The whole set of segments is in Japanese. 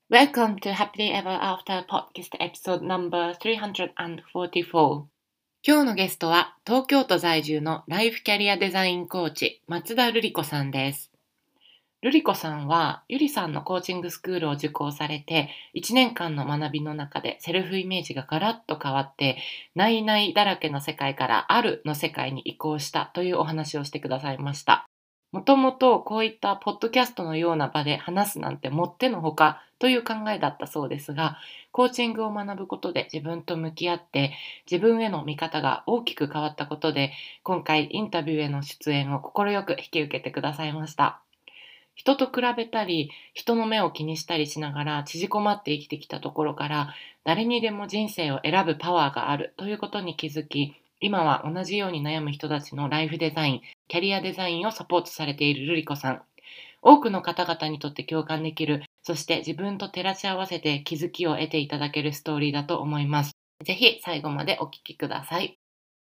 Welcome to Happily Ever After Podcast Episode number 344. 今日のゲストは東京都在住のライフキャリアデザインコーチ松田瑠璃子さんです。瑠璃子さんはゆりさんのコーチングスクールを受講されて1年間の学びの中でセルフイメージがガラッと変わってないないだらけの世界からあるの世界に移行したというお話をしてくださいました。もともとこういったポッドキャストのような場で話すなんてもってのほかという考えだったそうですが、コーチングを学ぶことで自分と向き合って自分への見方が大きく変わったことで、今回インタビューへの出演を快く引き受けてくださいました。人と比べたり、人の目を気にしたりしながら縮こまって生きてきたところから、誰にでも人生を選ぶパワーがあるということに気づき、今は同じように悩む人たちのライフデザイン、キャリアデザインをサポートされているルリコさん。多くの方々にとって共感できる、そして自分と照らし合わせて気づきを得ていただけるストーリーだと思います。ぜひ最後までお聞きください。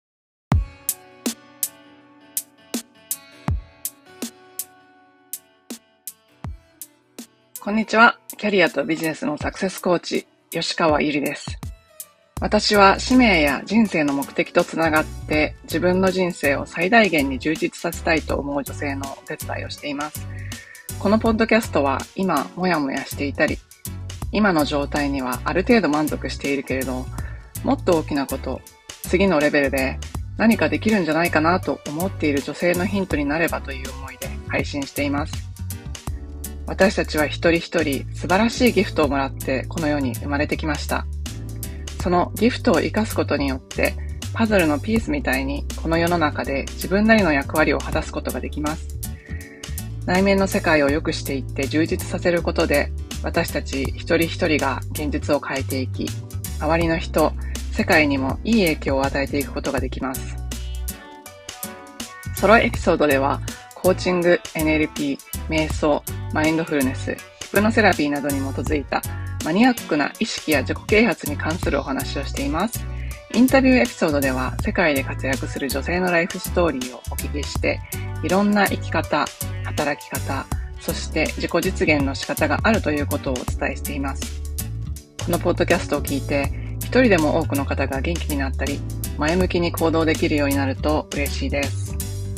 こんにちは。キャリアとビジネスのサクセスコーチ、吉川ゆりです。私は使命や人生の目的とつながって自分の人生を最大限に充実させたいと思う女性のお手伝いをしています。このポッドキャストは今もやもやしていたり、今の状態にはある程度満足しているけれど、もっと大きなこと、次のレベルで何かできるんじゃないかなと思っている女性のヒントになればという思いで配信しています。私たちは一人一人素晴らしいギフトをもらってこの世に生まれてきました。そのギフトを生かすことによってパズルのピースみたいにこの世の中で自分なりの役割を果たすことができます。内面の世界を良くしていって充実させることで私たち一人一人が現実を変えていき、周りの人、世界にもいい影響を与えていくことができます。ソロエピソードではコーチング、NLP、瞑想、マインドフルネス、ヒプノセラピーなどに基づいたマニアックな意識や自己啓発に関するお話をしています。インタビューエピソードでは世界で活躍する女性のライフストーリーをお聞きして、いろんな生き方、働き方、そして自己実現の仕方があるということをお伝えしています。このポッドキャストを聞いて、一人でも多くの方が元気になったり、前向きに行動できるようになると嬉しいです。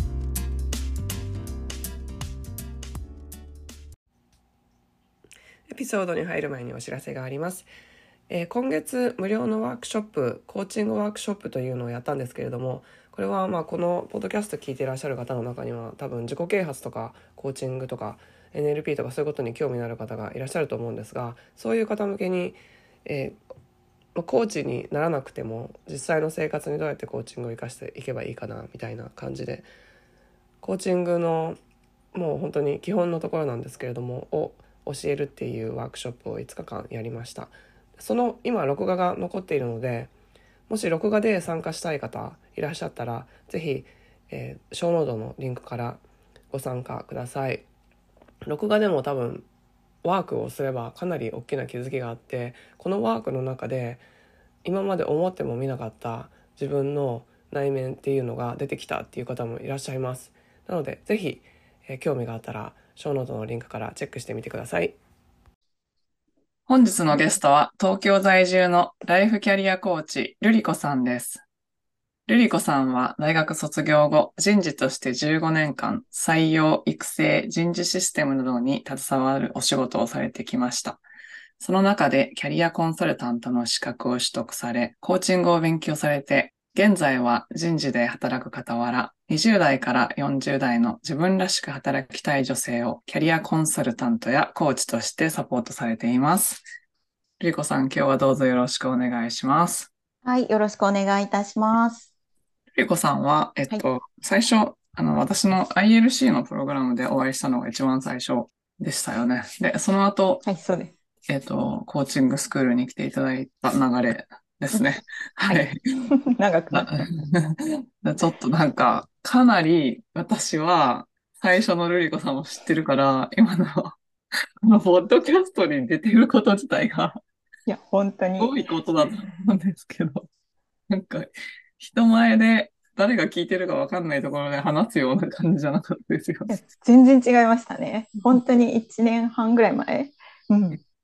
エピソードに入る前にお知らせがあります。今月無料のワークショップ、コーチングワークショップというのをやったんですけれども、これはこのポッドキャスト聞いていらっしゃる方の中には多分自己啓発とかコーチングとか NLP とかそういうことに興味のある方がいらっしゃると思うんですが、そういう方向けに、コーチにならなくても実際の生活にどうやってコーチングを生かしていけばいいかなみたいな感じで、コーチングのもう本当に基本のところなんですけれどもを教えるっていうワークショップを5日間やりました。その今録画が残っているので、もし録画で参加したい方いらっしゃったらぜひ、ショーノートのリンクからご参加ください。録画でも多分ワークをすればかなり大きな気づきがあって、このワークの中で今まで思ってもみなかった自分の内面っていうのが出てきたっていう方もいらっしゃいます。なのでぜひ、興味があったらショーノートのリンクからチェックしてみてください。 本日のゲストは東京在住のライフキャリアコーチ、ルリコさんです。ルリコさんは大学卒業後、人事として15年間、採用、育成、人事システムなどに携わるお仕事をされてきました。その中でキャリアコンサルタントの資格を取得され、コーチングを勉強されて、現在は人事で働く傍ら、20代から40代の自分らしく働きたい女性をキャリアコンサルタントやコーチとしてサポートされています。ルリコさん、今日はどうぞよろしくお願いします。 はい、よろしくお願いいたします。 ルリコさんは、 はい。 最初、私の ILC のプログラムでお会いしたのが一番最初でしたよね。で、その後、 はい、そうです。 コーチングスクールに来ていただいた流れですね。 ははい。 長くなった。 ちょっとなんか、かなり私は最初のルリコさんを知ってるから、今のこのポッドキャストに出てること自体がいや、本当すに。 ごいことだと思うんですけど、なんか、人前で誰が聞いてるかわかんないところで話すような感じじゃなかったですよね。 いや、全然違いましたね。本当に1年半ぐらい前。うん。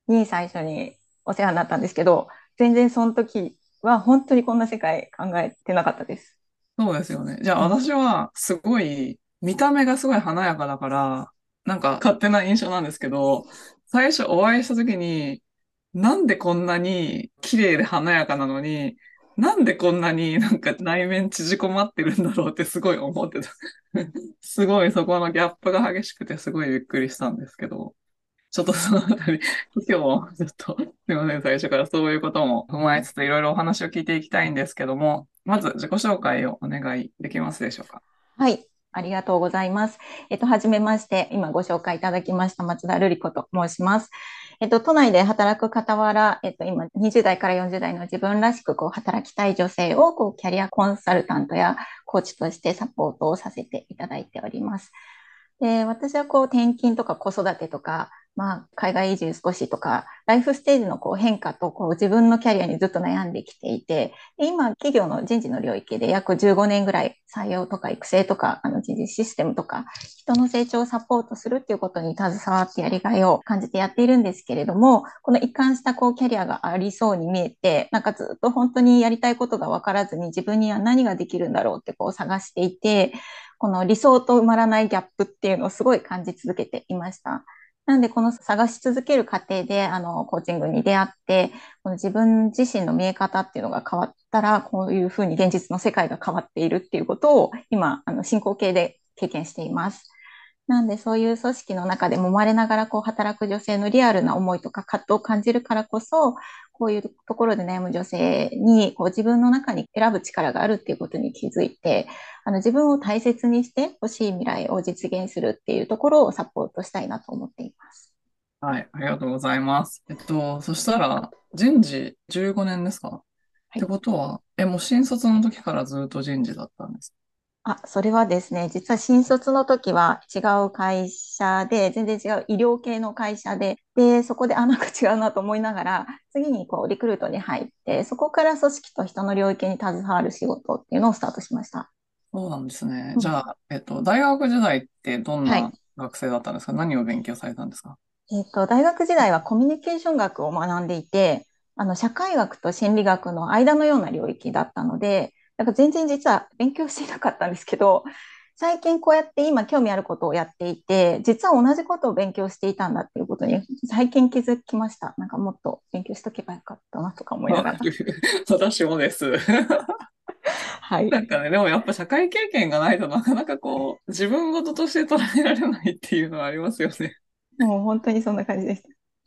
に最初にお世話になったんですけど、全然その時は本当にこんな世界考えてなかったです。 そうですよね。じゃあうん。 私はすごい、見た目がすごい華やかだから、なんか勝手な印象なんですけど、最初お会いした時に、なんでこんなに綺麗で華やかなのに、なんでこんなになんか内面縮こまってるんだろうってすごい思ってた。すごいそこのギャップが激しくてすごいびっくりしたんですけど、ちょっとそのあたり、今日もちょっとすいません、最初からそういうことも踏まえつついろいろお話を聞いていきたいんですけども、まず自己紹介をお願いできますでしょうか。 はい。ありがとうございます。はじめまして、今ご紹介いただきました松田瑠璃子と申します。都内で働く傍ら、今20代から40代の自分らしくこう働きたい女性をこうキャリアコンサルタントやコーチとしてサポートをさせていただいております。で、私はこう転勤とか子育てとか、海外移住少しとか、ライフステージのこう変化とこう自分のキャリアにずっと悩んできていて、で今、企業の人事の領域で約15年ぐらい採用とか育成とか、人事システムとか、人の成長をサポートするっていうことに携わってやりがいを感じてやっているんですけれども、この一貫したこうキャリアがありそうに見えて、なんかずっと本当にやりたいことが分からずに自分には何ができるんだろうってこう探していて、この理想と埋まらないギャップっていうのをすごい感じ続けていました。なんで、この探し続ける過程で、コーチングに出会って、この自分自身の見え方っていうのが変わったら、こういうふうに現実の世界が変わっているっていうことを、今、進行形で経験しています。なんでそういう組織の中で揉まれながらこう働く女性のリアルな思いとか葛藤を感じるからこそ、こういうところで悩む女性にこう自分の中に選ぶ力があるっていうことに気づいて、自分を大切にして欲しい未来を実現するっていうところをサポートしたいなと思っています。 はい、ありがとうございます。そしたら、人事15年ですかってはい。 ことは、もう新卒の時からずっと人事だったんです。 それはですね、実は新卒の時は違う会社で、全然違う医療系の会社で、そこで、なんか違うなと思いながら、次にこう、リクルートに入って、そこから組織と人の領域に携わる仕事っていうのをスタートしました。 そうなんですね。 うん。 じゃあ、大学時代ってどんなはい。 学生だったんですか？何を勉強されたんですか？ 大学時代はコミュニケーション学を学んでいて、社会学と心理学の間のような領域だったので、だから全然実は勉強していなかったんですけど、最近こうやって今興味あることをやっていて、実は同じことを勉強していたんだっていうことに最近気づきました。なんかもっと勉強しとけばよかったなとか思いながら。 私もです。 はい。 なんかね、でもやっぱ社会経験がないとなかなかこう、自分事として捉えられないっていうのはありますよね。 もう本当にそんな感じでした。 うん。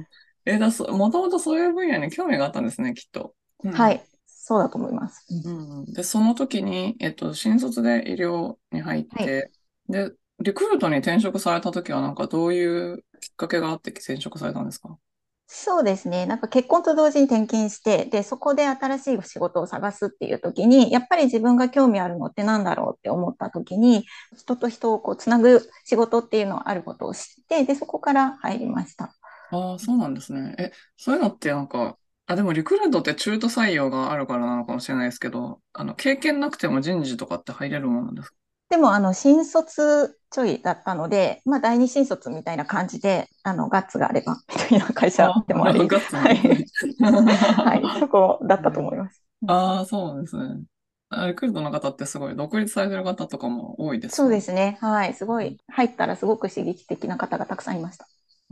もともとそういう分野に興味があったんですね、きっと。うん。 はい。そうだと思います。うん。 うん。で、その時に、新卒で医療に入っはい。 て、で、リクルートに転職された時はなんかどういうきっかけがあって転職されたんですか？ そうですね。なんか結婚と同時に転勤して、で、そこで新しい仕事を探すっていう時に、やっぱり自分が興味あるのってなんだろうって思った時に、人と人をこうつなぐ仕事っていうのがあることを知って、で、そこから入りました。 ああ、そうなんですね。そういうのってなんか、でもリクルートって中途採用があるからなのかもしれないですけど、経験なくても人事とかって入れるものなんですか？ でも、新卒ちょいだったので、第二新卒みたいな感じで、ガッツがあれば、みたいな会社ああ、 でもあり、 ガッツなんですね。 はい。はい。そこだったと思います。 ああ、そうなんですね。リクルートの方ってすごい独立されてる方とかも多いですそうよね。 ですね。はい。すごい、入ったらすごく刺激的な方がたくさんいました。 うん。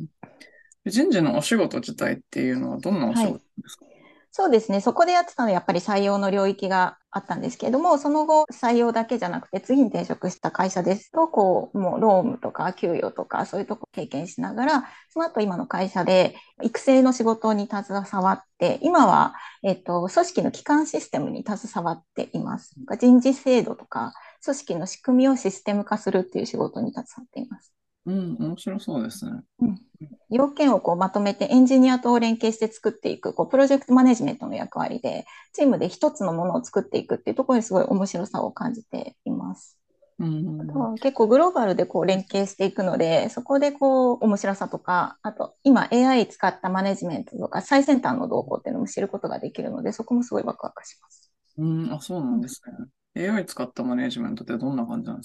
人事のお仕事自体っていうのはどんなお仕はい。 事ですか？ そうですね。そこでやってたのはやっぱり採用の領域があったんですけれども、その後採用だけじゃなくて次に転職した会社ですと、こう、もう労務とか給与とかそういうとこ経験しながら、その後今の会社で育成の仕事に携わって、今は、組織の基幹システムに携わっています。人事制度とか組織の仕組みをシステム化するっていう仕事に携わっています。 うん、面白そうですね。 うん。要件をこうまとめてエンジニアと連携して作っていく、こうプロジェクトマネジメントの役割で、チームで一つのものを作っていくっていうところにすごい面白さを感じています。 うあとん。 は結構グローバルでこう連携していくので、そこでこう面白さとか、あと今 AI 使ったマネジメントとか最先端の動向っていうのも知ることができるので、そこもすごいワクワクします。 うん、あ、そうなうん。 んですね。AI 使ったマネージメントってどんな感じなんですか？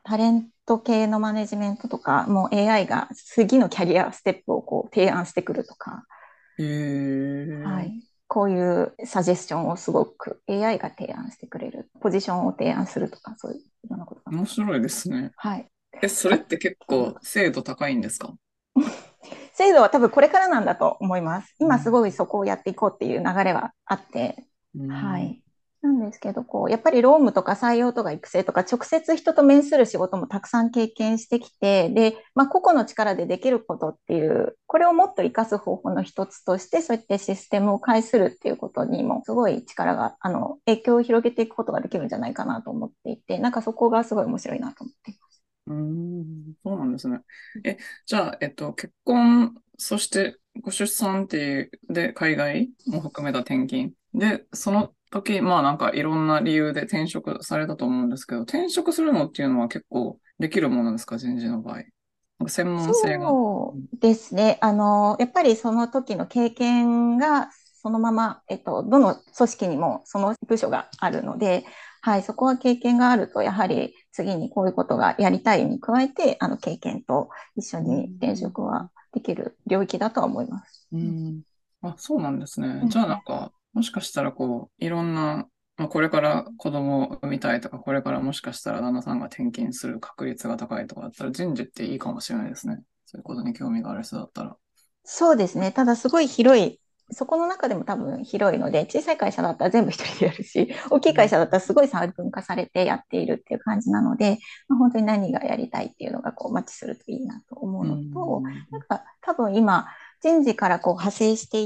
タレント系のマネジメントとか、もう AI が次のキャリアステップをこう提案してくるとか、 へえ。 はい。こういうサジェスションをすごく AI が提案してくれる。ポジションを提案するとか、そういういろんなことが。 面白いですね。 はい。 それって結構精度高いんですか？ 制度は多分これからなんだと思います。今すうん。 ごいそこをやっていこうっていう流れはあって、 うん。 はい。なんですけど、こう、やっぱり労務とか採用とか育成とか、直接人と面する仕事もたくさん経験してきて、で、まあ、個々の力でできることっていう、これをもっと活かす方法の一つとして、そうやってシステムを介するっていうことにも、すごい力が、影響を広げていくことができるんじゃないかなと思っていて、なんかそこがすごい面白いなと思っています。 そうなんですね。じゃあ、結婚、そしてご出産っていう、で、海外も含めた転勤。で、その時、まあなんかいろんな理由で転職されたと思うんですけど、転職するのっていうのは結構できるものなんですか、人事の場合。なんか専門性が。 そうですね。やっぱりその時の経験がそのまま、どの組織にもその部署があるので、はい、そこは経験があると、やはり次にこういうことがやりたいに加えて、経験と一緒うに転職はん。 できる領域だとは思います。 うん。あ、そうなんですね。じゃあなんうんうん。 か、もしかしたらこう、いろんな、まあ、これから子供を産みたいとか、これからもしかしたら旦那さんが転勤する確率が高いとかだったら、人事っていいかもしれないですね。そういうことに興味がある人だったら。 そうですね。ただすごい広い、そこの中でも多分広いので、小さい会社だったら全部一人でやるし、大きい会社だったらすごい細分化されてやっているっていう感じなので、まあ、本当に何がやりたいっていうのがこうマッチするといいなと思ううのと、 ん。 なんか多分今、人事からこう派生していって、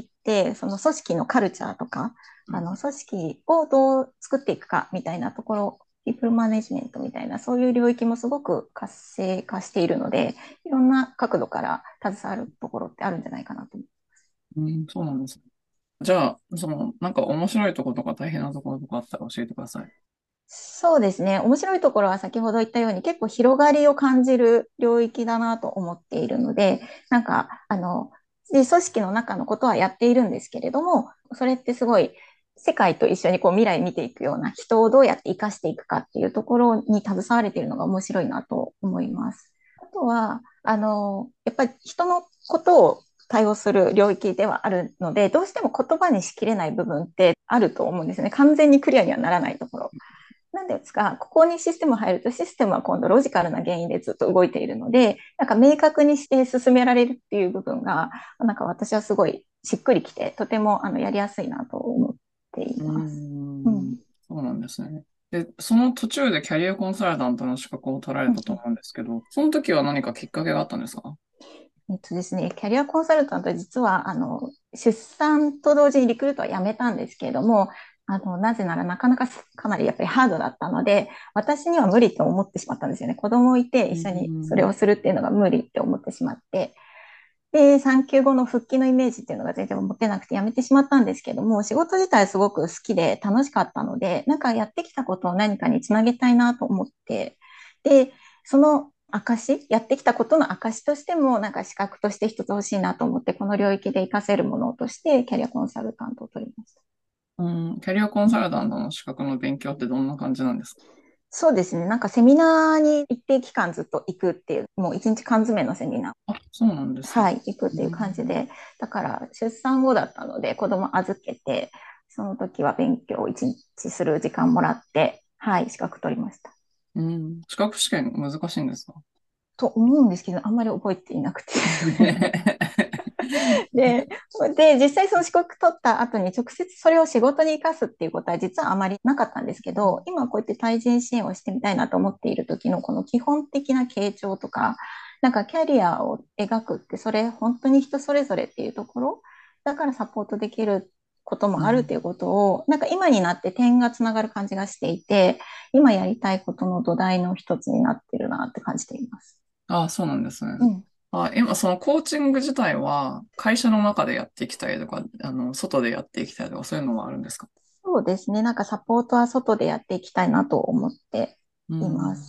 その組織のカルチャーとか、組織をどう作っていくかみたいなところ、ピープルマネジメントみたいな、そういう領域もすごく活性化しているので、いろんな角度から携わるところってあるんじゃないかなと思う。 そうなんですね。じゃあ、なんか面白いところとか大変なところとかあったら教えてください。 そうですね。面白いところは先ほど言ったように結構広がりを感じる領域だなと思っているので、なんか、組織の中のことはやっているんですけれども、それってすごい世界と一緒にこう未来見ていくような人をどうやって生かしていくかっていうところに携われているのが面白いなと思います。あとは、やっぱり人のことを対応する領域ではあるので、どうしても言葉にしきれない部分ってあると思うんですね。完全にクリアにはならないところ。なんですが、ここにシステム入ると、システムは今度ロジカルな原因でずっと動いているので、なんか明確にして進められるっていう部分が、なんか私はすごいしっくりきて、とてもやりやすいなと思っています。うん。 そうなんですね。で、その途中でキャリアコンサルタントの資格を取られたと思うんですけど、その時は何かきっかけがあったんですか？ ですね、キャリアコンサルタントは実は、出産と同時にリクルートは辞めたんですけれども、なぜならなかなかかなりやっぱりハードだったので、私には無理と思ってしまったんですよね。子供いてう一緒にそれん。 をするっていうのが無理って思ってしまって。で、産休後の復帰のイメージっていうのが全然持ってなくてやめてしまったんですけども、仕事自体すごく好きで楽しかったので、なんかやってきたことを何かにつなげたいなと思って、で、その証、やってきたことの証としても、なんか資格として一つ欲しいなと思って、この領域で活かせるものとして、キャリアコンサルタントを取りました。 キャリアコンサルタントの資格の勉強ってどんな感じなんですか？ そうですね。なんかセミナーに一定期間ずっと行くっていう、もう一日缶詰のセミナー、 あ、そうなんですね。 はい、行くっていう感じで、だから出産後だったので子供預けて、その時は勉強を一日する時間もらって、はい、資格取りました。 資格試験難しいんですか？ と思うんですけど、あんまり覚えていなくてですね。で、実際その資格取った後に直接それを仕事に生かすっていうことは実はあまりなかったんですけど、今こうやって対人支援をしてみたいなと思っている時のこの基本的な傾聴とか、なんかキャリアを描くってそれ本当に人それぞれっていうところ、だからサポートできることもあるということを、なんか今になって点がつながる感じがしていて、今やりたいことの土台の一つになってるなって感じています。 あ、そうなんですね。 うん。 今、そのコーチング自体は、会社の中でやっていきたいとか、外でやっていきたいとか、そういうのはあるんですか？ そうですね。なんかサポートは外でやっていきたいなと思ってうん。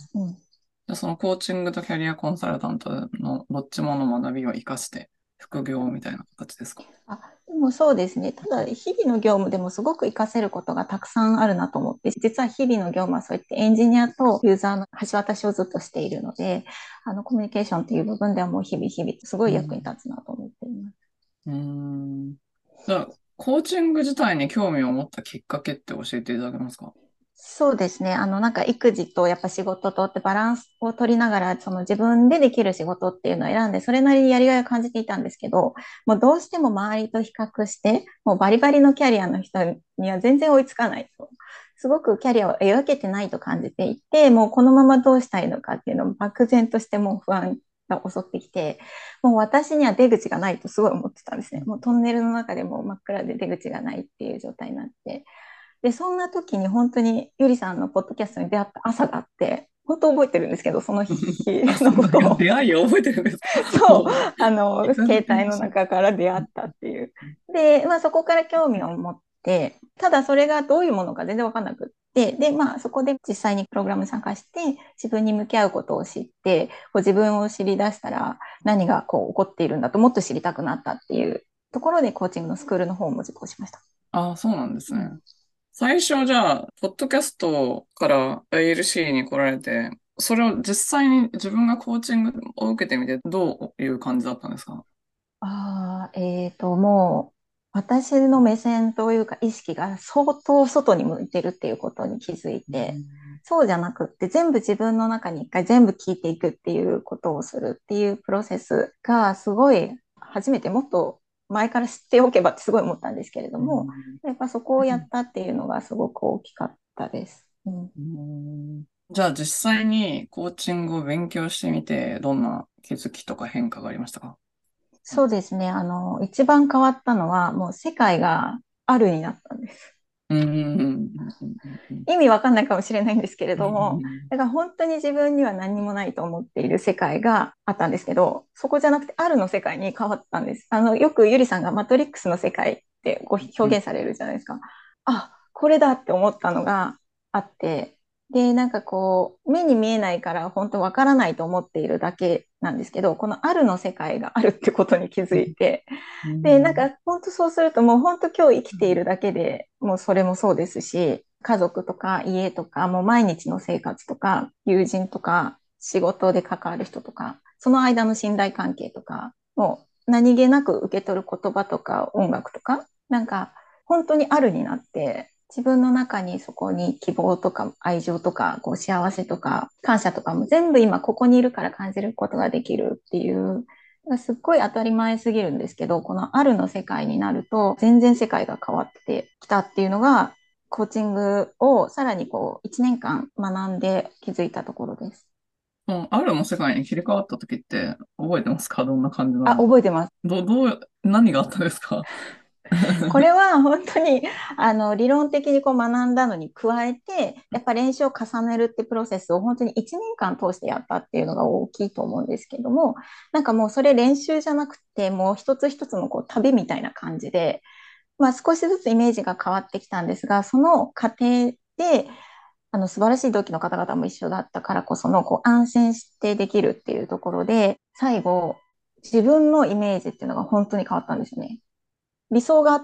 います。うん。 じゃあそのコーチングとキャリアコンサルタントのどっちもの学びを活かして、副業みたいな形ですか？ あ、 もそうですね。ただ、日々の業務でもすごく活かせることがたくさんあるなと思って、実は日々の業務はそうやってエンジニアとユーザーの橋渡しをずっとしているので、コミュニケーションっていう部分ではもう日々日々すごい役に立つなと思っています。 うん。じゃあ、コーチング自体に興味を持ったきっかけって教えていただけますか？ そうですね。なんか育児とやっぱ仕事とってバランスを取りながら、その自分でできる仕事っていうのを選んで、それなりにやりがいを感じていたんですけど、もうどうしても周りと比較して、もうバリバリのキャリアの人には全然追いつかないと。すごくキャリアを描けてないと感じていて、もうこのままどうしたいのかっていうのを漠然としてもう不安が襲ってきて、もう私には出口がないとすごい思ってたんですね。もうトンネルの中でもう真っ暗で出口がないっていう状態になって。で、そんな時に本当にゆりさんのポッドキャストに出会った朝があって、本当覚えてるんですけど、その日のことを。 出会いを覚えてるんですか？ そう、 もう携帯の中から出会ったっていう。で、まあそこから興味を持って、ただそれがどういうものか全然わかんなくって、で、まあそこで実際にプログラムに参加して、自分に向き合うことを知って、こう自分を知り出したら何がこう起こっているんだともっと知りたくなったっていうところでコーチングのスクールの方も受講しました。 ああ、そうなんですね。 うん。 最初じゃあ、ポッドキャストから ALC に来られて、それを実際に自分がコーチングを受けてみて、どういう感じだったんですか？ もう、私の目線というか意識が相当外に向いてるっていうことに気づいて、そうじゃなくって全部自分の中に一回全部聞いていくっていうことをするっていうプロセスがすごい初めてもっと前から知っておけばってすごい思ったんですけれども、やっぱそこをやったっていうのがすごく大きかったです。うん。 じゃあ実際にコーチングを勉強してみて、どんな気づきとか変化がありましたか？ そうですね。一番変わったのはもう世界があるになったんです。 うん、うん、うん、うん、 意味わかんないかもしれないんですけれうん、 ども、 うん、 だから本当に自分には何にもないと思っている世界があったんですけど、そこじゃなくてあるの世界に変わったんです。よくゆりさんがマトリックスの世界ってご表現されるじゃないですか。あ、これだって思ったのがあって、で、なんかこう、目に見えないから本当わからないと思っているだけなんですけど、このあるの世界があるってことに気づいて、で、なんか本当そうするともう本当今日生きているだけでもうそれもそうですし、家族とか家とかもう毎日の生活とか友人とか仕事で関わる人とか、その間の信頼関係とか、もう何気なく受け取る言葉とか音楽とか、なんか本当にあるになって、自分の中にそこに希望とか愛情とかこう幸せとか感謝とかも全部今ここにいるから感じることができるっていうすっごい当たり前すぎるんですけど、このあるの世界になると全然世界が変わってきたっていうのが、コーチングをさらにこう1年間学んで気づいたところです。 もうあるの世界に切り替わった時って覚えてますか？どんな感じなあ、 のか。 覚えてます。 何があったんですか？ これは本当に理論的にこう学んだのに加えて、やっぱ練習を重ねるってプロセスを本当に1年間通してやったっていうのが大きいと思うんですけども、なんかもうそれ練習じゃなくて、もう一つ一つのこう旅みたいな感じで、まあ、少しずつイメージが変わってきたんですが、その過程で、素晴らしい同期の方々も一緒だったからこその、こう、安心してできるっていうところで、最後、自分のイメージっていうのが本当に変わったんですよね。理想があって、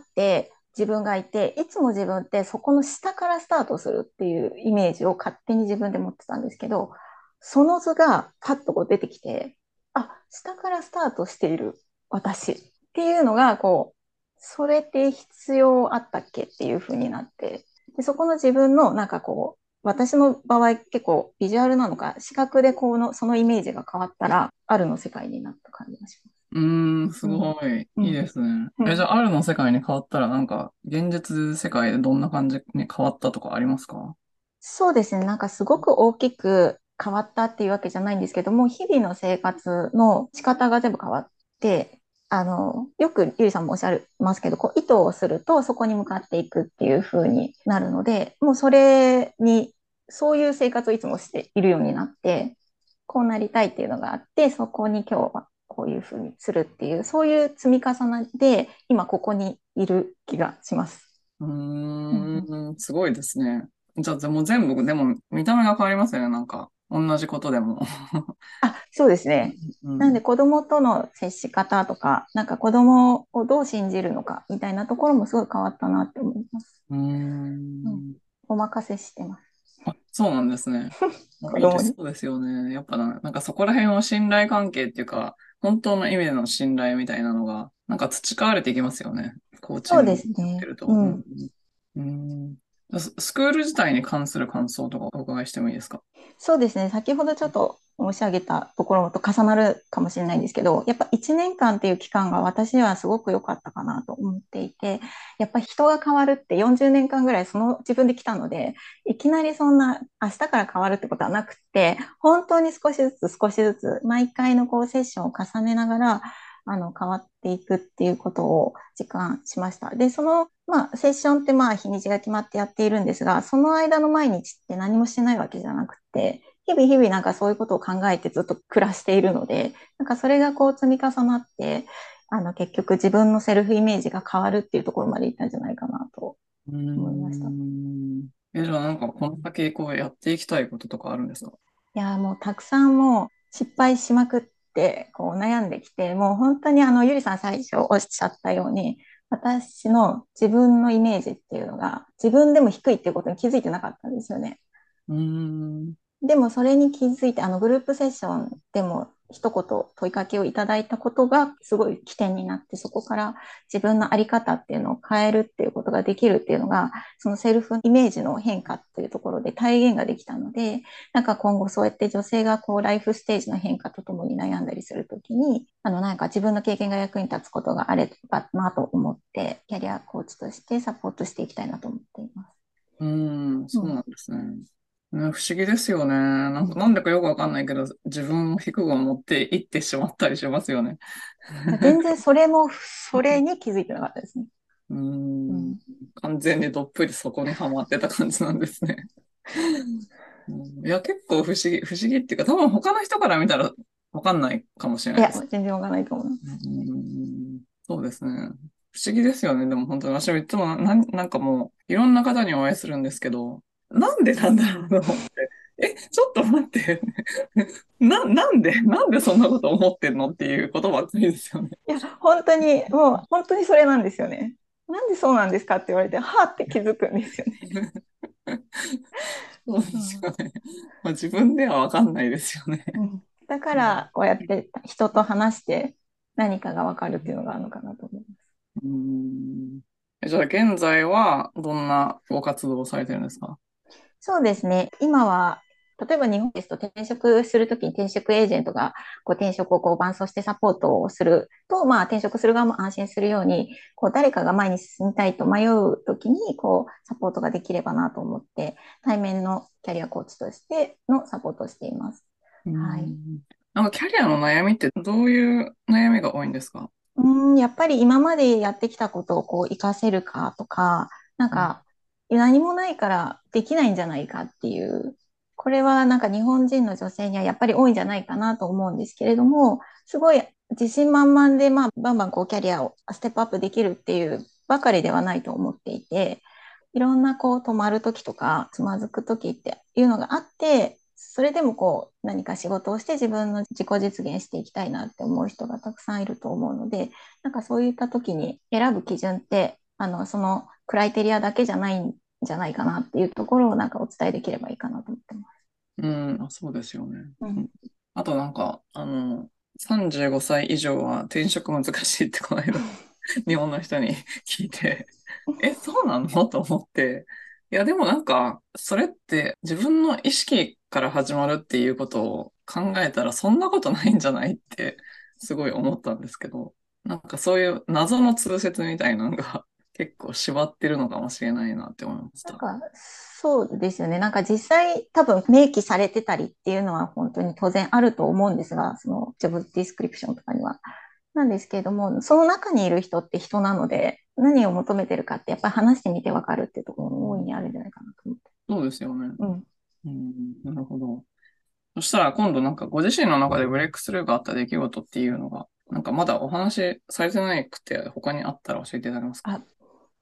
自分がいて、いつも自分ってそこの下からスタートするっていうイメージを勝手に自分で持ってたんですけど、その図がパッとこう出てきて、あ、下からスタートしている私っていうのが、こう、それって必要あったっけっていう風になって、で、そこの自分のなんかこう、私の場合結構ビジュアルなのか、視覚でそのイメージが変わったら、あるの世界になった感じがします。 すうん。 ごい、いいうん。 ですね。じゃうん。 あ、あるの世界に変わったら、なんか、現実世界でどんな感じに変わったとかありますか？ そうですね。なんかすごく大きく変わったっていうわけじゃないんですけども、日々の生活の仕方が全部変わって、よくゆりさんもおっしゃいますけど、こう、意図をするとそこに向かっていくっていう風になるので、もうそれに、そういう生活をいつもしているようになって、こうなりたいっていうのがあって、そこに今日はこういう風にするっていう、そういう積み重ねで、今ここにいる気がします。うんうん。 すごいですね。じゃあ、もう全部、でも、見た目が変わりますよね、なんか。 同じことでも。 あ、そうですね。なんでうん。 子供との接し方とか、なんか子供をどう信じるのかみたいなところもすごい変わったなって思います。 うーうん。 ん。 お任せしてます。 あ、そうなんですね。いいです。 子供に。 そうですよね。やっぱなんかそこら辺の信頼関係っていうか、本当の意味での信頼みたいなのが、なんか培われていきますよね。コーチそうでングやってすね。 ると。 ううん。 ん。 うん。スクール自体に関する感想とかお伺いしてもいいですか？ そうですね。先ほどちょっと申し上げたところと重なるかもしれないんですけど、やっぱ1年間っていう期間が私はすごく良かったかなと思っていて、やっぱ人が変わるって40年間ぐらいその自分で来たので、いきなりそんな明日から変わるってことはなくて、本当に少しずつ少しずつ毎回のこうセッションを重ねながら、変わっていくっていうことを実感しました。で、その、セッションって日にちが決まってやっているんですが、その間の毎日って何もしてないわけじゃなくて、日々日々なんかそういうことを考えてずっと暮らしているので、なんかそれがこう積み重なって、結局自分のセルフイメージが変わるっていうところまでいったんじゃないかなとうー思いました。いん。じゃあなんかこの先こうやっていきたいこととかあるんですか？ や、もうたくさんもう失敗しまくって、こう悩んできて、もう本当にゆりさん最初おっしゃったように、私の自分のイメージっていうのが自分でも低いっていうことに気づいてなかったんですよね。 うーん。 でもそれに気づいて、グループセッションでも一言問いかけをいただいたことがすごい起点になって、そこから自分のあり方っていうのを変えるっていうことができるっていうのが、そのセルフイメージの変化っていうところで体現ができたので、なんか今後そうやって女性がこうライフステージの変化とともに悩んだりするときに、なんか自分の経験が役に立つことがあればなと思って、キャリアコーチとしてサポートしていきたいなと思っています。 うーん、 うん。 そうなんですね。ね、不思議ですよね。なんか、なんでかよくわかんないけど、自分を低く思っていってしまったりしますよね。 全然それも、それに気づいてなかったですね。 うーん、 うん。 完全にどっぷりそこにはまってた感じなんですね。いや、結構不思議っていうか、多分他の人から見たらわかんないかもしれいや、 ないです。 全然わかんないと思いまうす。 ん、そうですね。不思議ですよね。でも本当に私もいつもなんかもう、いろんな方にお会いするんですけど、なんでなんだろうと思って。ちょっと待って。なんでそんなこと思ってんのっていうことばっかりですよね。 いや、本当に、もう、本当にそれなんですよね。なんでそうなんですかって言われて、はあって気づくんですよね。 そうでうん。 すよね。まあ自分ではわかんないですよね。 うん。だかうん。 ら、こうやって人と話して何かがわかるっていうのがあるのかなと思います。 うん。じゃあ現在はどんなご活動をされてるんですか？ そうですね。今は、例えば日本ですと転職するときに転職エージェントがこう転職をこう伴走してサポートをすると、転職する側も安心するように、こう誰かが前に進みたいと迷うときにこうサポートができればなと思って、対面のキャリアコーチとしてのサポートをしています。 うはい。 ん。なんかキャリアの悩みってどういう悩みが多いんですか？ やっぱり今までやってきたことをこう活かせるかとか、なんうん。 か何もないからできないんじゃないかっていう、これはなんか日本人の女性にはやっぱり多いんじゃないかなと思うんですけれども、すごい自信満々でバンバンこうキャリアをステップアップできるっていうばかりではないと思っていて、いろんなこう止まる時とかつまずく時っていうのがあって、それでもこう何か仕事をして自分の自己実現していきたいなって思う人がたくさんいると思うので、なんかそういった時に選ぶ基準って、そのクライテリアだけじゃないんじゃないかなっていうところをなんかお伝えできればいいかなと思ってます。 うん、あ、そうですよね。 うん。 うん。あとなんか、35歳以上は転職難しいってこの間、日本の人に聞いて、そうなのと思って。いや、でもなんか、それって自分の意識から始まるっていうことを考えたらそんなことないんじゃないってすごい思ったんですけど、なんかそういう謎の通説みたいなのが結構縛ってるのかもしれないなって思いました。 なんか、そうですよね。なんか実際多分明記されてたりっていうのは本当に当然あると思うんですが、そのジョブディスクリプションとかには。なんですけれども、その中にいる人って人なので、何を求めてるかってやっぱり話してみてわかるっていうところも大いにあるんじゃないかなと思って。 そうですよね。 うん。 うん、なるほど。そしたら今度なんかご自身の中でブレイクスルーがあった出来事っていうのが、なんかまだお話しされてないくて他にあったら教えていただけますか？ あ、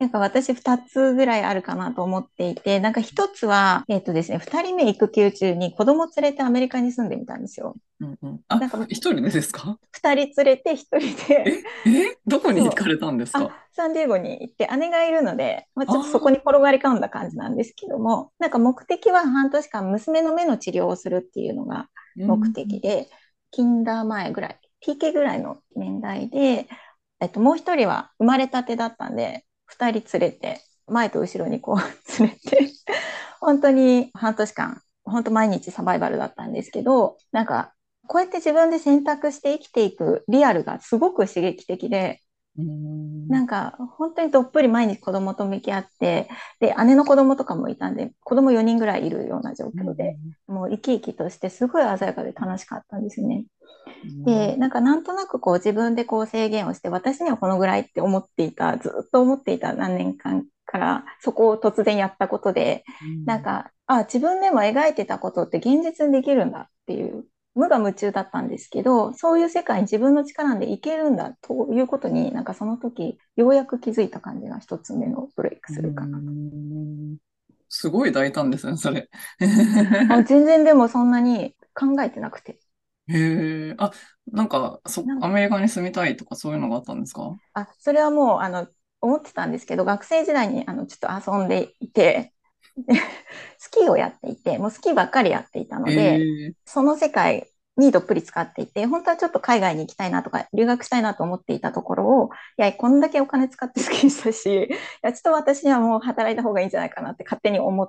なんか私2つぐらいあるかなと思っていて、なんか1つは、ですね、2人目育休中に子供連れてアメリカに住んでみたんですよ。 うんうん。あ、 なんか一人でですか？ 2人連れて1人で、 どこにそう。 行かれたんですあ、 か？ サンディエゴに行って姉がいるので、まあ、 あちょっとそこにあ転がり込んだ感じなんですけども、なんか目的は半年間娘の目の治療をするっていうのが目ー、うん。 的で、キンダー前ぐらい、PK ぐらいの年代で、もう一人は生まれたてだったんで、二人連れて、前と後ろにこう連れて、本当に半年間、本当毎日サバイバルだったんですけど、なんか、こうやって自分で選択して生きていくリアルがすごく刺激的で、 うーん。 なんか、本当にどっぷり毎日子供と向き合って、で、姉の子供とかもいたんで、子供4人ぐらいいるような状うんう況で、 んもう生き生きとしてすごい鮮やかで楽しかったんですよね。 うんで、なんかなんとなくこう自分でこう制限をして、私にはこのぐらいって思っていた、ずっと思っていた何年間から、そこを突然やったことで、なんか、あ、自分でも描いてたことって現実にできるんだっていう、無我夢中だったんですけど、そういう世界に自分の力でいけるんだということに、なんかその時、ようやく気づいた感じが一つ目のブレイクうするかなと。 ん。すごい大胆ですね、それ。 あ、全然でもそんなに考えてなくて。 へえ。あ、なんか、 なんアメリカに住みたいとかそういうのがあったんですか？ それはもう、思ってたんですけど、学生時代に、ちょっと遊んでいて、でスキーをやっていて、もうスキーばっかりやっていたので、 へえ。 その世界にどっぷり使っていて、本当はちょっと海外に行きたいなとか、留学したいなと思っていたところを、いや、こんだけお金使ってスキーしたし、いや、ちょっと私にはもう働いた方がいいんじゃないかなって勝手に思って、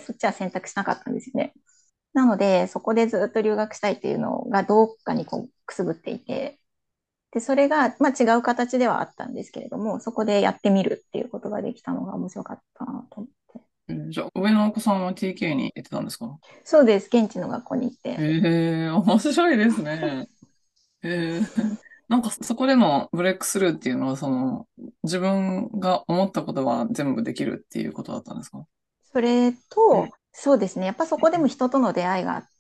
そっちは選択しなかったんですよね。なので、そこでずっと留学したいっていうのがどっかにこうくすぶっていて、で、それが、まあ、違う形ではあったんですけれども、そこでやってみるっていうことができたのが面白かったなと思って。 じゃあ、上のお子さんは TK に行ってたんですか？ そうです。現地の学校に行って。 へえ、面白いですね。へえ。なんかそこでのブレイクスルーっていうのは、自分が思ったことは全部できるっていうことだったんですか？ それと、そうですね。やっぱそこでも人との出会いがあって、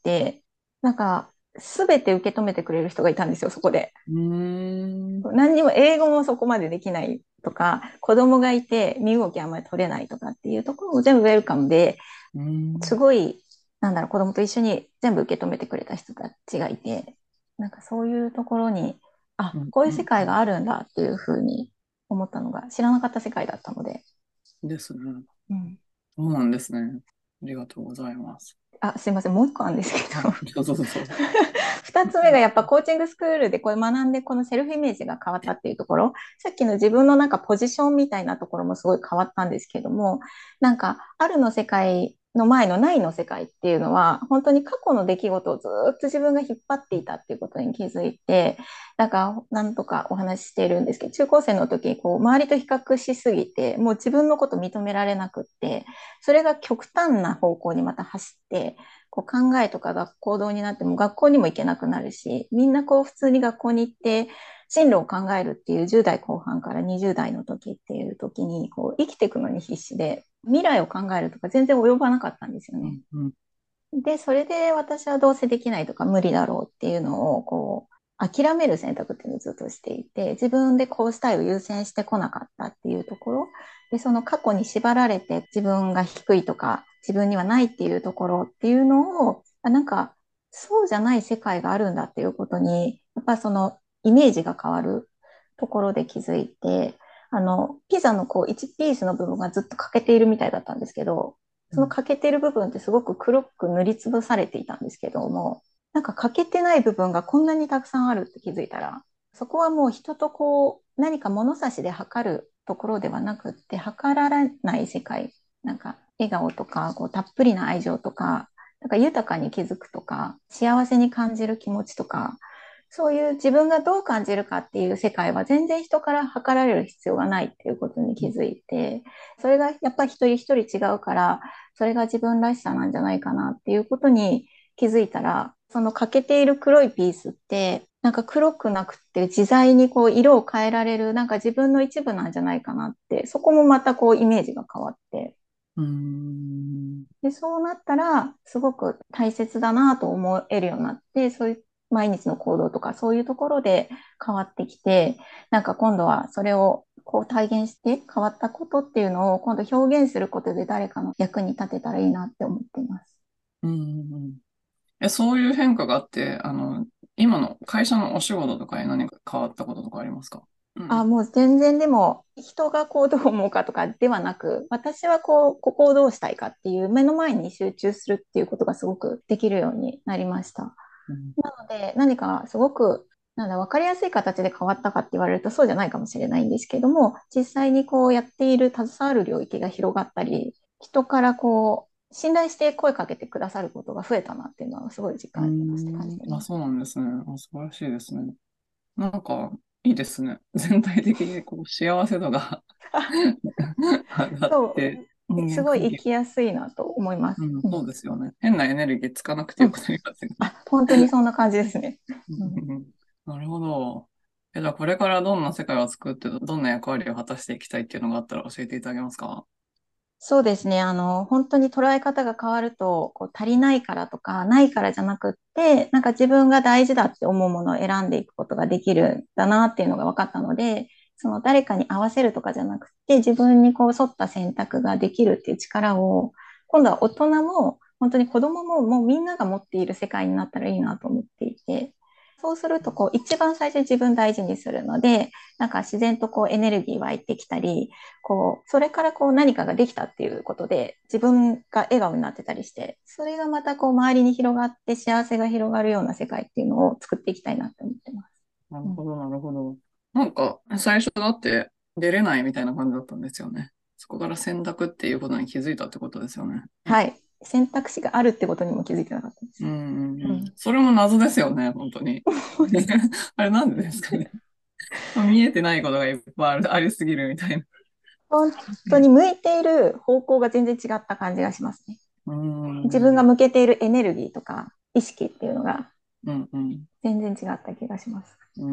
なんか、すべて受け止めてくれる人がいたんですよ、そこで。 うーん。 何にも英語もそこまでできないとか、子供がいて身動きあんまり取れないとかっていうところも全部ウェルカムで、 うーん。 すごい、なんだろう、子供と一緒に全部受け止めてくれた人たちがいて、なんかそういうところに、あ、 うん。 こういう世うん。 界があるんだっていうふうに思ったのが知らなかった世界だったので。 ですね。 うん、 そうなんですね。ありがとうございます。 あ、すいません、もう一個あるんですけど、 はい。どうぞどうぞ。 二つ目がやっぱコーチングスクールでこれ学んでこのセルフイメージが変わったっていうところ、さっきの自分のなんかポジションみたいなところもすごい変わったんですけども、なんかあるの世界の前のないの世界っていうのは本当に過去の出来事をずっと自分が引っ張っていたっていうことに気づいて、なんか何とかお話ししているんですけど、中高生の時にこう周りと比較しすぎて、もう自分のこと認められなくって、それが極端な方向にまた走って、こう考えとか行動になっても学校にも行けなくなるし、みんなこう普通に学校に行って進路を考えるっていう10代後半から20代の時っていう時にこう生きていくのに必死で、未来を考えるとか全然及ばなかったんですよね。 うん。うん。 で、それで私はどうせできないとか無理だろうっていうのをこう諦める選択っていうのをずっとしていて、自分でこうしたいを優先してこなかったっていうところで、その過去に縛られて自分が低いとか自分にはないっていうところっていうのを、なんかそうじゃない世界があるんだっていうことに、やっぱそのイメージが変わるところで気づいて、ピザのこう1ピースの部分がずっと欠けているみたいだったんですけど、その欠けてる部分ってすごく黒く塗りつぶされていたんですけども、なんか欠けてない部分がこんなにたくさんあるって気づいたら、そこはもう人とこう何か物差しで測るところではなくって、測られない世界、なんか笑顔とかこうたっぷりな愛情とか、なんか豊かに気づくとか、幸せに感じる気持ちとか、そういう自分がどう感じるかっていう世界は全然人から測られる必要がないっていうことに気づいて、それがやっぱり一人一人違うから、それが自分らしさなんじゃないかなっていうことに気づいたら、その欠けている黒いピースって、なんか黒くなくって自在にこう色を変えられる、なんか自分の一部なんじゃないかなって、そこもまたこうイメージが変わって、 うーん。 で、そうなったら、すごく大切だなと思えるようになって、そういう毎日の行動とか、そういうところで変わってきて、なんか今度はそれをこう体現して変わったことっていうのを今度表現することで誰かの役に立てたらいいなって思っています。 うんうんうん。そういう変化があって、今の会社のお仕事とかに何か変わったこととかありますか？うん。 もう全然でも人がこうどう思うかとかではなく、私はこう、ここをどうしたいかっていう目の前に集中するっていうことがすごくできるようになりました。 うん。 なので何かすごく分かりやすい形で変わったかって言われるとそうじゃないかもしれないんですけども、実際にこうやっている携わる領域が広がったり、人からこう信頼して声かけてくださることが増えたなっていうのはすごい実うー感して感じん。あ、 てます。 そうなんですね。素晴らしいですね。なんか、いいですね。全体的にこう幸せ度が上がっそて、 う、 人間関係、 すごい生きやすいなと思います。 うん、 うん、 そうですよね。変なエネルギーつかなくてうん。 よくなりますよね。 本当にそんな感じですね。 ううん、 ん。なるほど。じゃあこれからどんな世界を作って、どんな役割を果たしていきたいっていうのがあったら教えていただけますか？ そうですね。本当に捉え方が変わると、こう足りないからとか、ないからじゃなくって、なんか自分が大事だって思うものを選んでいくことができるんだなっていうのが分かったので、その誰かに合わせるとかじゃなくて、自分にこう沿った選択ができるっていう力を、今度は大人も、本当に子供ももうみんなが持っている世界になったらいいなと思っていて、そうするとこう一番最初に自分大事にするので、なんか自然とこうエネルギー湧いてきたり、こう、それからこう何かができたっていうことで、自分が笑顔になってたりして、それがまたこう周りに広がって幸せが広がるような世界っていうのを作っていきたいなって思ってます。うん、 なるほど、なるほど。なんか、最初だって出れないみたいな感じだったんですよね。そこから選択っていうことに気づいたってことですよね。 はい。選択肢があるってことにも気づいてなかったです。 うんうんうん。 うん。 それも謎ですよね、本当に。あれなんでですかね。見えてないことがいっぱいありすぎるみたいな。 本当に向いている方向が全然違った感じがしますね。 うん。 自分が向けているエネルギーとか意識っていうのがうんうん。 全然違った気がします。 うん。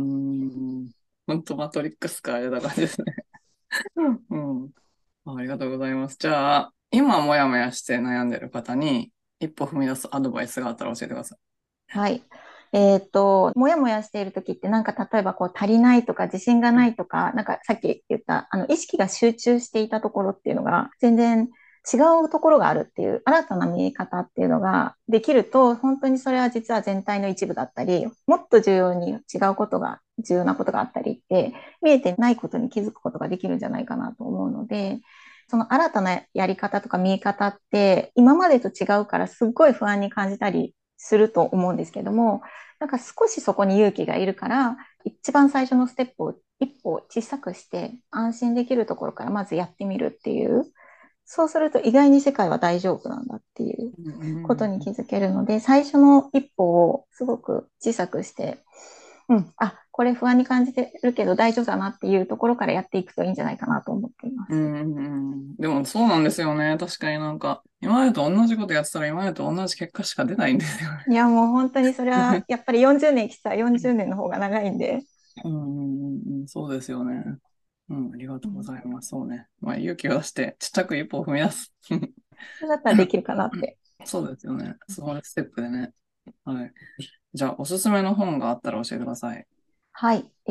本当マトリックスか、あれだ感じですね。うん。ありがとうございます。じゃあ、今もやもやして悩んでる方に一歩踏み出すアドバイスがあったら教えてくださはい。もやもやしている時って、なんか例えばこう足りないとか自信がないとか、なんかさっき言った意識が集中していたところっていうのが全然違うところがあるっていう新たな見え方っていうのができると、本当にそれは実は全体の一部だったり、もっと重要なことがあったりって、見えてないことに気づくことができるんじゃないかなと思うので、その新たなやり方とか見え方って今までと違うからすっごい不安に感じたりすると思うんですけども、なんか少しそこに勇気がいるから、一番最初のステップを一歩小さくして安心できるところからまずやってみるっていう、そうすると意外に世界は大丈夫なんだっていうい。うんことに気づけるので、最初の一歩をすごく小さくして、これ不安に感じてるけど大丈夫だなっていうところからやっていくといいんじゃないかなと思っていまうす。 ん。でもそうなんですよね。確かになんか、今までと同じことやってたら今までと同じ結果しか出ないんですよね。 いや、もう本当にそれはやっぱり40年生きたら40年の方が長いんで、 そうですよね。うん、ありがとうごうん、 ざいます。そうね。まあ、勇気を出してちっちゃく一歩を踏み出す。 それだったらできるかなって。 そうですよね。スモールステップでね。はい。じゃあ、おすすめの本があったら教えてください。 はい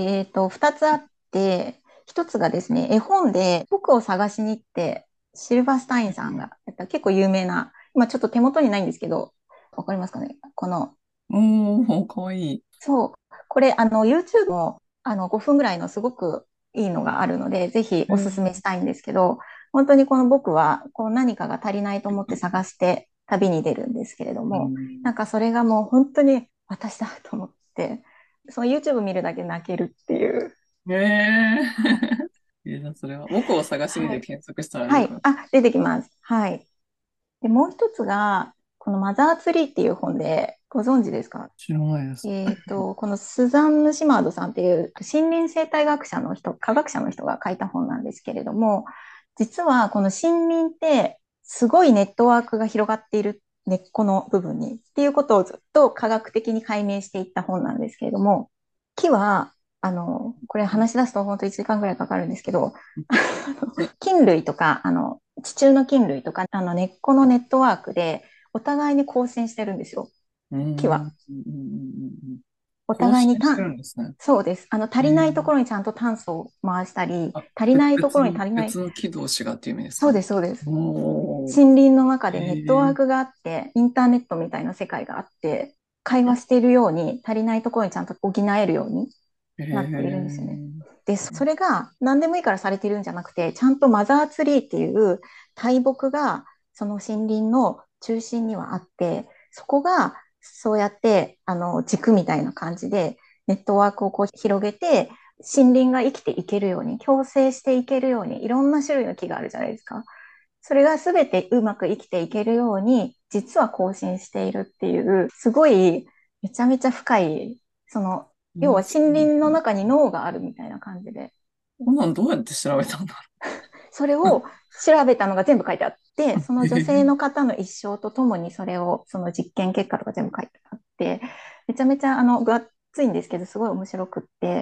。2つあって、1つがですね、絵本で僕を探しに行って、シルバースタインさんがやった結構有名な、今ちょっと手元にないんですけど、わかりますかね、この、 おー、かわいい。 そう、これ、YouTube も、5分ぐらいのすごくいいのがあるので、ぜひおすすめしたいんですけど、本当にこの僕は、こう何かが足りないと思って探して旅に出るんですけれどうも、なんん。 かそれがもう本当に私だと思って、その YouTube 見るだけ泣けるっていう。 ええはい。 ー。じゃあそれは、僕を探しにはい。 で検索したら出はい。 てくる。 あ、出てきます。はい。で、もう一つが、このマザーツリーっていう本で、ご存知ですか？ 知らないです。 このスザンヌ・シマードさんっていう森林生態学者の人、科学者の人が書いた本なんですけれども、実はこの森林ってすごいネットワークが広がっている根っこの部分にっていうことをずっと科学的に解明していった本なんですけれども、木は、これ話し出すと本当1時間ぐらいかかるんですけど、菌類とか、地中の菌類とか、根っこのネットワークでお互いに交信してるんですよ、 うん。うん。 木は。 うん。 お更互いに新してるんですね。 そうです。足りないところろにちゃんと炭素を回したり、足りないところに足りない。 別の軌道士がっていう意味ですか？ そうです、そうです。 おー。 森林の中へでネットワーえ。 クがあって、インターネットみたいな世界があって、会話しているように、足りないところにちゃんと補えるようにへなっているんですよね。 え。 で、それが何でもいいからされているんじゃなくて、ちゃんとマザーツリーっていう大木がその森林の中心にはあって、そこがそうやって軸みたいな感じでネットワークをこう広げて、森林が生きていけるように、共生していけるように、いろんな種類の木があるじゃないですか。それが全てうまく生きていけるように、実は更新しているっていう、すごいめちゃめちゃ深い、要は森林の中に脳があるみたいな感じで、 こんなんどうやって調べたんだそれを調べたのが全部書いてあって、そのろう。 女性の方の一生とともにそれを、その実験結果とか全部書いてあって、めちゃめちゃ分厚いんですけど、すごい面白くって、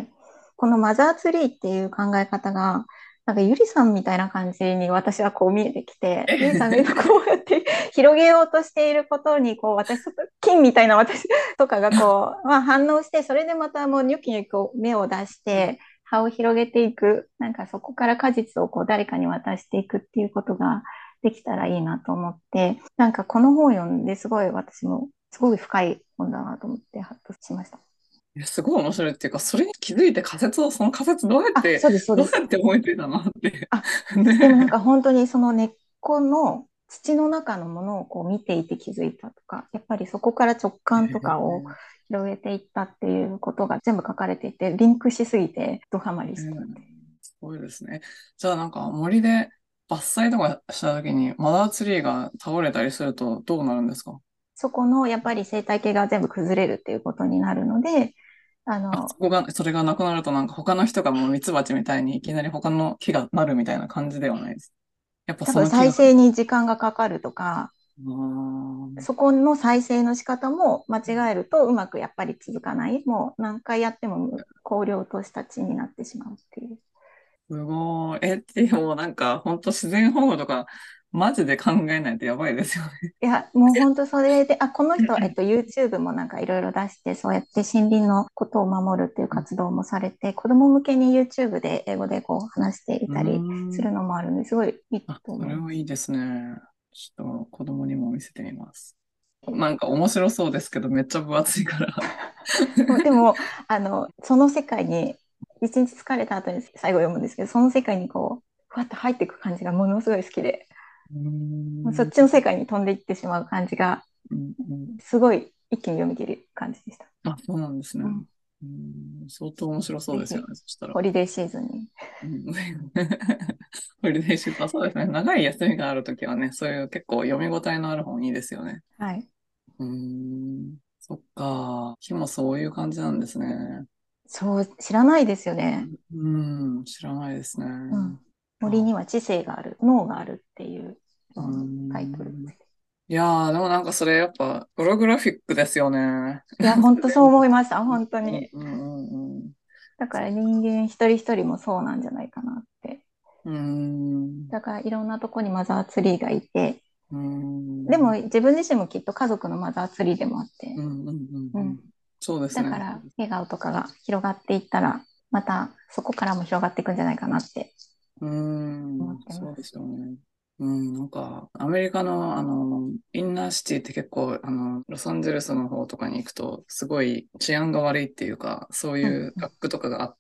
このマザーツリーっていう考え方が、なんかゆりさんみたいな感じに私はこう見えてきて、ゆりさんが今こうやって広げようとしていることに、こう私、金みたいな私とかがこう、まあ反応して、それでまたもうニョキニョキこう目を出して、葉を広げていく、なんかそこから果実をこう誰かに渡していくっていうことができたらいいなと思って、なんかこの本を読んですごい私もすごい深い本だなと思ってハッとしました。 いや、すごい面白いっていうか、それに気づいてその仮説あ、そうです、そうです。 どうやって思いついたのって。 あ、でもなんね。 か本当にその根っこの土の中のものをこう見ていて気づいたとか、やっぱりそこから直感とかを広げていったっていうことが全部書かれていて、リンクしすぎてドハマりして。 すごいですね。じゃあなんか森で伐採とかした時にマザーツリーが倒れたりするとどうなるんですか？ そこのやっぱり生態系が全部崩れるっていうことになるので、あの、 それがなくなるとなんか他の人がもうミツバチみたいにいきなり他の木がなるみたいな感じではないです。やっぱ多分その木が、 再生に時間がかかるとか、 あーそこの再生の仕方も間違えるとうまくやっぱり続かない。もう何回やっても荒涼とした地になってしまうっていう。 すごい。でもなんか本当自然保護とかマジで考えないとやばいですよね。 いや、もう本当それで、あ、この人、YouTube もなんかいろいろ出して、そうやって森林のことを守るっていう活動もされて、子供向けに YouTube で英語でこう話していうーたりするん。 のもあるんで、すごいいいとそれ思います。 はいいですね。ちょっと子供にも見せてみます。なんか面白そうですけど、めっちゃ分厚いから。 でも、その世界に、一日疲れた後に最後読むんですけど、その世界にこう、ふわっと入っていく感じがものすごい好きで、 うーん。 もうそっちの世界に飛んでいってしまう感じが、 うんうん。 すごい一気に読み切る感じでした。 あ、そうなんですね。 うん、 相当面白そうぜひ、 ですよね、そしたら。 ホリデーシーズンに。 うん。ホリデーシーズン、そうですね。長い休みがあるときはね、そういう結構読み応えのある本いいですよね。 はい。 そっか。木もそういう感じなんですね。 そう、知らないですよね。 知らないですね。 うん。森あ、 には知性がある、脳があるっていううータイトル。 ん。いやー、でもなんかそれやっぱ、プログラフィックですよね。 いや、本当そう思いました。本当うんに。 うんうんうん。 だから人間一人一人もそうなんじゃないかなって。 うーん。 だからいろんなとこにマザーツリーがいて、 うーん。 でも自分自身もきっと家族のマザーツリーでもあって、 うんうんうんうん。 うん。 そうですね。 だから笑顔とかが広がっていったら、またそこからも広がっていくんじゃないかなって思ってます。 そうですよね。なんか、アメリカの、インナーシティって結構、ロサンゼルスの方とかに行くと、すごい治安が悪いっていうか、そううん、 いう学区とかがあって、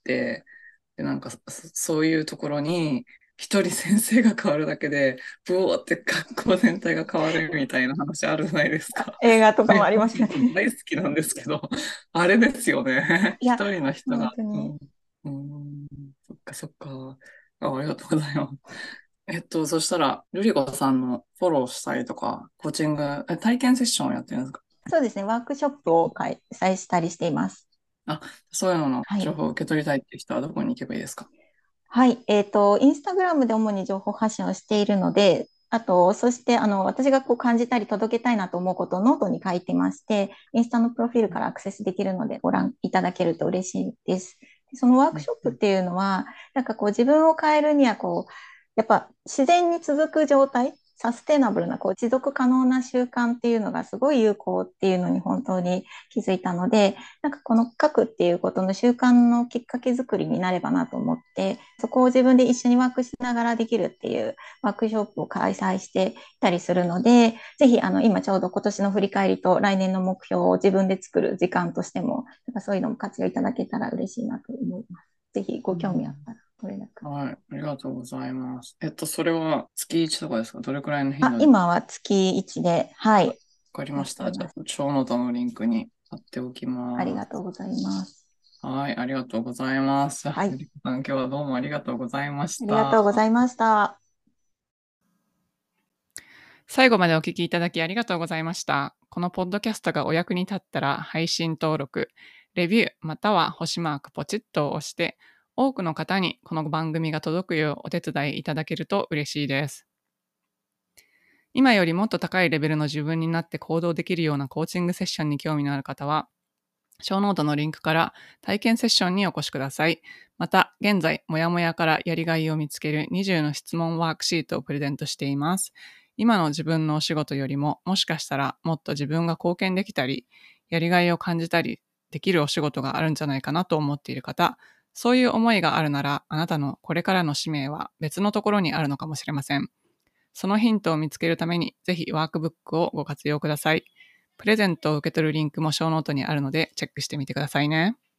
で、なんか、そういうところに、一人先生が変わるだけで、ブオーって学校全体が変わるみたいな話あるじゃないですか。 映画とかもありますよね。 大好きなんですけど、あれですよね。 いや、 一人の人が。 本当に。 うん、そっかそっか。ありがとうございます。そしたら、ルリコさんのフォローしたりとか、コーチング、体験セッションをやってるんですか？ そうですね。ワークショップを開催したりしています。 あ、そういうののはい。 情報を受け取りたいっていう人はどこに行けばいいですか？ はい。インスタグラムで主に情報発信をしているので、あと、そして、私がこう感じたり届けたいなと思うことをノートに書いてまして、インスタのプロフィールからアクセスできるので、ご覧いただけると嬉しいです。そのワークショップっていうのは、なんかこう自分を変えるには、こう、やっぱ自然に続く状態、 サステナブルな持続可能な習慣っていうのがすごい有効っていうのに本当に気づいたので、なんかこの書くっていうことの習慣のきっかけ作りになればなと思って、そこを自分で一緒にワークしながらできるっていうワークショップを開催していたりするので、ぜひ今ちょうど今年の振り返りと来年の目標を自分で作る時間としても、なんかそういうのも活用いただけたら嬉しいなと思います。ぜひご興味あったらご連絡。 はい、ありがとうございます。それは月1とかですか？どれくらいの頻度で？ 今は月1で、はい。 わかりました。じゃあ、 やっています。 ショーノートのリンクに貼っておきあります。 がとうございます。 はい、ありがとうございます。 はい。 ゆりこさん、今日はどうもありがとうございましありがとうごた。 ざいました。 最後までお聞きいただきありがとうございました。このポッドキャストがお役に立ったら配信登録、レビューまたは星マークポチッとを押して多くの方にこの番組が届くようお手伝いいただけると嬉しいです。今よりもっと高いレベルの自分になって行動できるようなコーチングセッションに興味のある方は、ショーノートのリンクから体験セッションにお越しください。また、現在、もやもやからやりがいを見つける20の質問ワークシートをプレゼントしています。今の自分のお仕事よりも、もしかしたらもっと自分が貢献できたり、やりがいを感じたりできるお仕事があるんじゃないかなと思っている方、そういう思いがあるなら、あなたのこれからの使命は別のところにあるのかもしれません。そのヒントを見つけるために、ぜひワークブックをご活用ください。プレゼントを受け取るリンクもショーノートにあるので、チェックしてみてくださいね。